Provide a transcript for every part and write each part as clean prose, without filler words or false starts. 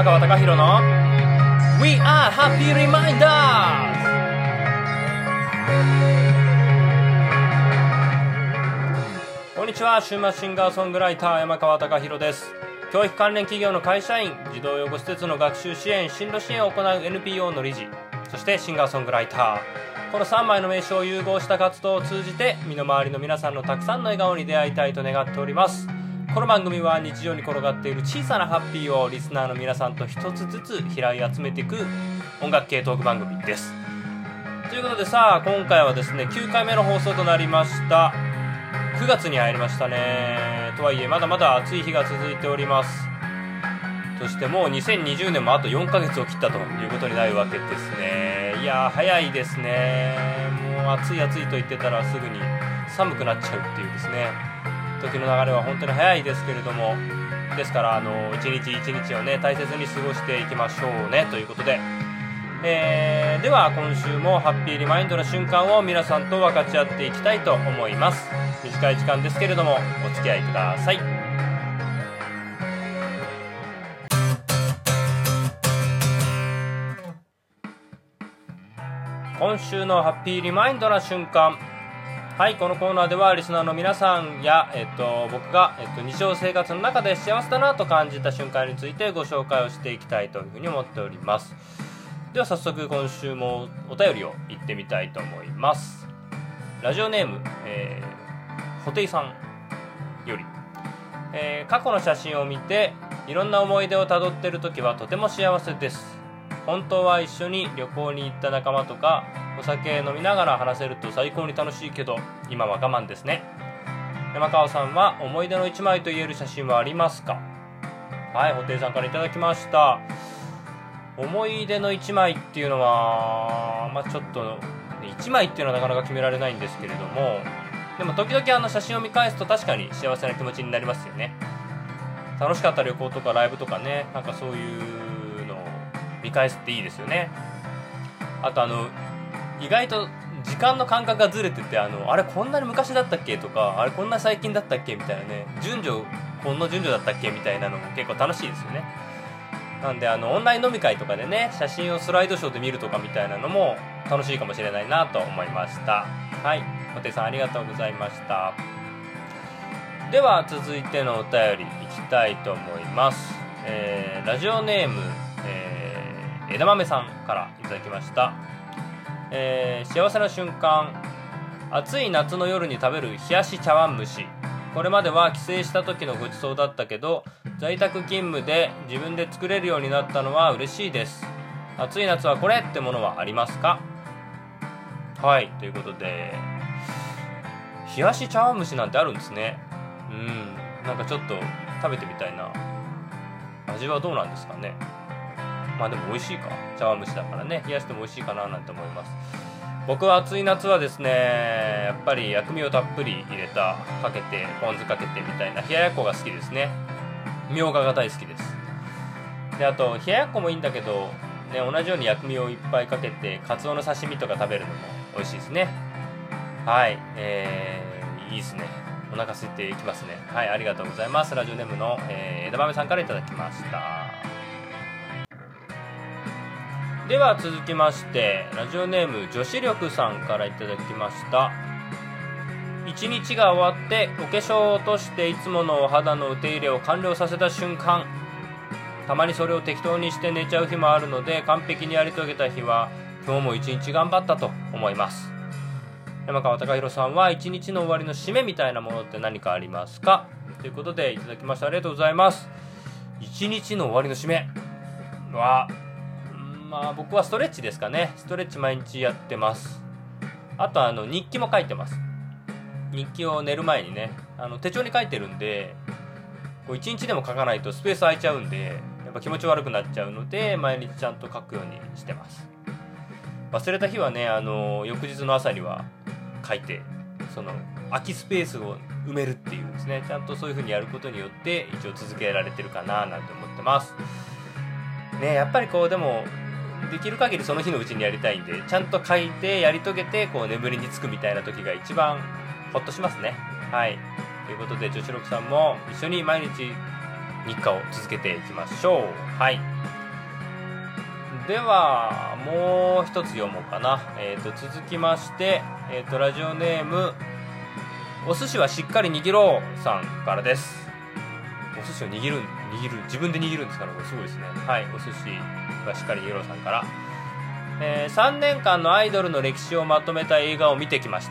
山川貴博の We are Happy Reminders。 こんにちは、週末シンガーソングライター山川貴博です。教育関連企業の会社員、児童養護施設の学習支援、進路支援を行う NPO の理事、そしてシンガーソングライター、この3枚の名称を融合した活動を通じて身の回りの皆さんのたくさんの笑顔に出会いたいと願っております。この番組は日常に転がっている小さなハッピーをリスナーの皆さんと一つずつ拾い集めていく音楽系トーク番組です。ということでさあ、今回はですね9回目の放送となりました。9月に入りましたね。とはいえまだまだ暑い日が続いております。そしてもう2020年もあと4ヶ月を切ったということになるわけですね。いやー早いですね。もう暑い暑いと言ってたらすぐに寒くなっちゃうっていうですね、時の流れは本当に早いですけれども、ですから一日一日をね大切に過ごしていきましょうねということで、では今週もハッピーリマインドの瞬間を皆さんと分かち合っていきたいと思います。短い時間ですけれどもお付き合いください。今週のハッピーリマインドな瞬間。はい、このコーナーではリスナーの皆さんや、僕が、日常生活の中で幸せだなと感じた瞬間についてご紹介をしていきたいというふうに思っております。では早速今週もお便りを言ってみたいと思います。ラジオネーム、ホテイさんより、過去の写真を見ていろんな思い出をたどっているときはとても幸せです。本当は一緒に旅行に行った仲間とかお酒飲みながら話せると最高に楽しいけど今は我慢ですね。山川さんは思い出の一枚と言える写真はありますか？はい、ホテイさんからいただきました。思い出の一枚っていうのはちょっと一枚っていうのはなかなか決められないんですけれども、でも時々写真を見返すと確かに幸せな気持ちになりますよね。楽しかった旅行とかライブとかね、なんかそういうのを見返すっていいですよね。あと意外と時間の感覚がずれてて、あれこんなに昔だったっけとか、あれこんな最近だったっけみたいなね、順序こんな順序だったっけみたいなのも結構楽しいですよね。なんでオンライン飲み会とかでね、写真をスライドショーで見るとかみたいなのも楽しいかもしれないなと思いました。はい、ホテイさんありがとうございました。では続いてのお便りいきたいと思います。ラジオネーム、枝豆さんからいただきました。幸せな瞬間。暑い夏の夜に食べる冷やし茶碗蒸し。これまでは帰省した時のごちそうだったけど、在宅勤務で自分で作れるようになったのは嬉しいです。暑い夏はこれってものはありますか？はい、ということで冷やし茶碗蒸しなんてあるんですね。なんかちょっと食べてみたいな。味はどうなんですかね。でも美味しいか、茶碗蒸しだからね、冷やしても美味しいかななんて思います。僕は暑い夏はですね、やっぱり薬味をたっぷり入れたかけてポン酢かけてみたいな冷ややっこが好きですね。みょうがが大好きです。であと冷ややっこもいいんだけど、ね、同じように薬味をいっぱいかけてカツオの刺身とか食べるのも美味しいですね。はい、いいですね。お腹空いていきますね。はい、ありがとうございます。ラジオネームの、枝豆さんからいただきました。では続きましてラジオネーム女子力さんからいただきました。一日が終わってお化粧を落としていつものお肌のお手入れを完了させた瞬間。たまにそれを適当にして寝ちゃう日もあるので、完璧にやり遂げた日は今日も一日頑張ったと思います。山川貴博さんは一日の終わりの締めみたいなものって何かありますか？ということでいただきました。ありがとうございます。一日の終わりの締めは僕はストレッチですかね。ストレッチ毎日やってます。あと日記も書いてます。日記を寝る前にね、手帳に書いてるんで、こう1日でも書かないとスペース空いちゃうんで、やっぱ気持ち悪くなっちゃうので毎日ちゃんと書くようにしてます。忘れた日はね、翌日の朝には書いて、その空きスペースを埋めるっていうですね、ちゃんとそういう風にやることによって一応続けられてるかななんて思ってますね。やっぱりこうでもできる限りその日のうちにやりたいんで、ちゃんと書いてやり遂げてこう眠りにつくみたいな時が一番ホッとしますね。はい、ということで女子力さんも一緒に毎日日課を続けていきましょう。はい、 ではもう一つ読もうかな。続きまして、ラジオネームお寿司はしっかり握ろうさんからです。お寿司を握る自分で握るんですから、これすごいですね。はい、お寿司はしっかり握ろうさんから、3年間のアイドルの歴史をまとめた映画を見てきました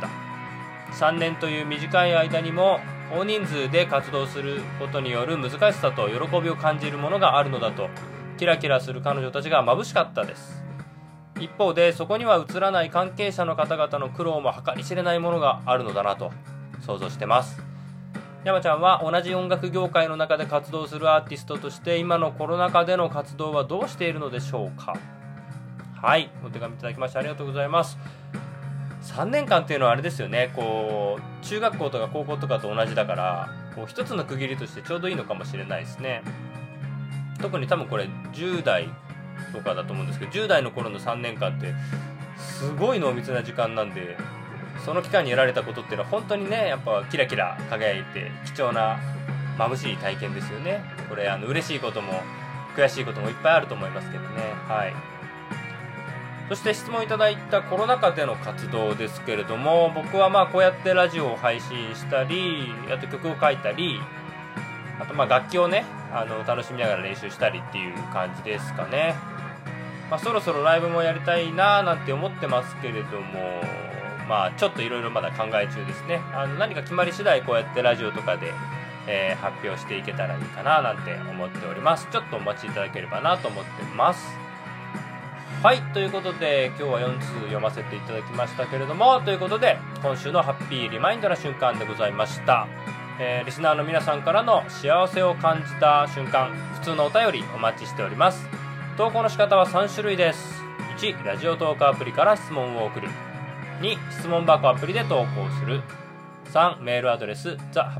。3年という短い間にも大人数で活動することによる難しさと喜びを感じるものがあるのだと、キラキラする彼女たちが眩しかったです。一方でそこには映らない関係者の方々の苦労も計り知れないものがあるのだなと想像してます。山ちゃんは同じ音楽業界の中で活動するアーティストとして今のコロナ禍での活動はどうしているのでしょうか。はい、お手紙いただきましてありがとうございます。3年間っていうのはあれですよね、こう中学校とか高校とかと同じだから、こう一つの区切りとしてちょうどいいのかもしれないですね。特に多分これ10代とかだと思うんですけど、10代の頃の3年間ってすごい濃密な時間なんで、その期間に得られたことっていうのは本当にね、やっぱキラキラ輝いて貴重な眩しい体験ですよね。これ嬉しいことも悔しいこともいっぱいあると思いますけどね。はい。そして質問いただいたコロナ禍での活動ですけれども、僕はこうやってラジオを配信したり、あと曲を書いたり、あと楽器をね楽しみながら練習したりっていう感じですかね。そろそろライブもやりたいななんて思ってますけれども、ちょっといろいろまだ考え中ですね。何か決まり次第こうやってラジオとかで、発表していけたらいいかななんて思っております。ちょっとお待ちいただければなと思ってます。はい、ということで今日は4通読ませていただきましたけれども、ということで今週のハッピーリマインドな瞬間でございました。リスナーの皆さんからの幸せを感じた瞬間、普通のお便りお待ちしております。投稿の仕方は3種類です。1、ラジオトークアプリから質問を送る。2、質問箱アプリで投稿する。3、メールアドレス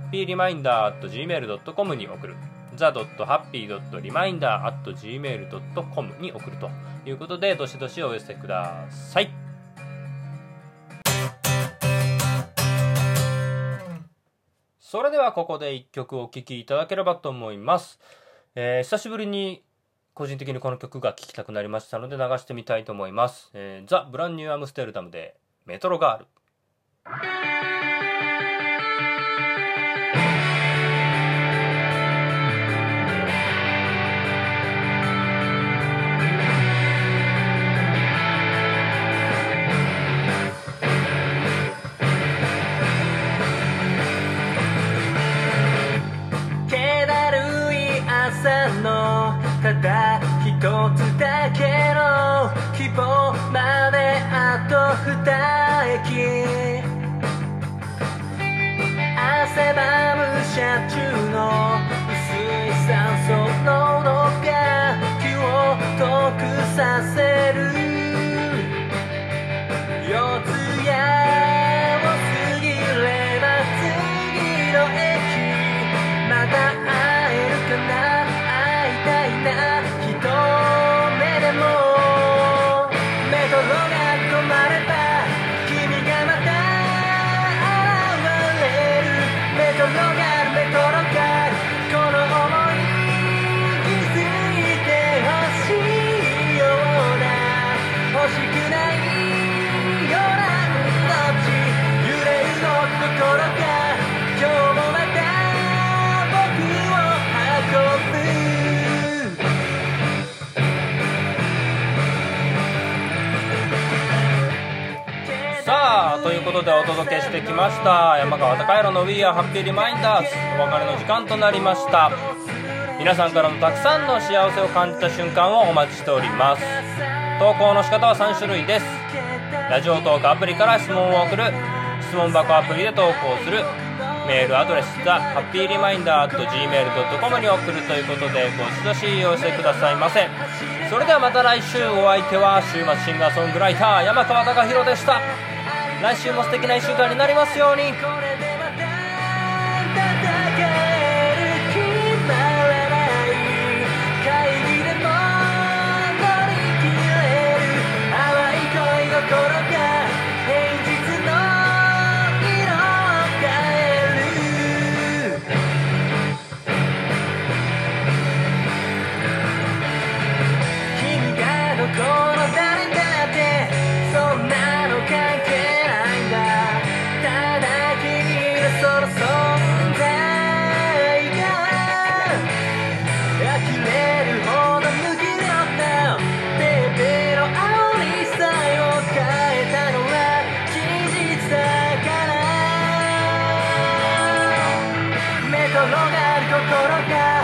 thehappyreminder@gmail.com に送る。the.happy.reminder@gmail.com に送るということで、どしどしお寄せください。それではここで1曲お聴きいただければと思います。久しぶりに個人的にこの曲が聴きたくなりましたので流してみたいと思います。ザ・ブランニュー・アムステルダムでメトロガール。 のただ一つだけの希望まであと2駅、汗ばむ車中の薄い酸素濃度が気を遠くさせる。四ツ谷を過ぎれば次の駅、また会えるかな、みたいな一目でもメトロが止まれば君がまた現れる。メトロがメトロがこの想い気づいてほしいような欲しくないような命、揺れるの心が今日もまた僕を運ぶ。 ということでお届けしてきました山川貴弘の We Are Happy Reminders、 お別れの時間となりました。皆さんからのたくさんの幸せを感じた瞬間をお待ちしております。投稿の仕方は3種類です。ラジオトークアプリから質問を送る、質問箱アプリで投稿する、メールアドレス thehappyreminder@gmail.com に送るということで、ごしどしお寄せくださいませ。それではまた来週、お相手は週末シンガーソングライター山川貴弘でした。来週も素敵な1週間になりますように。どこがる心が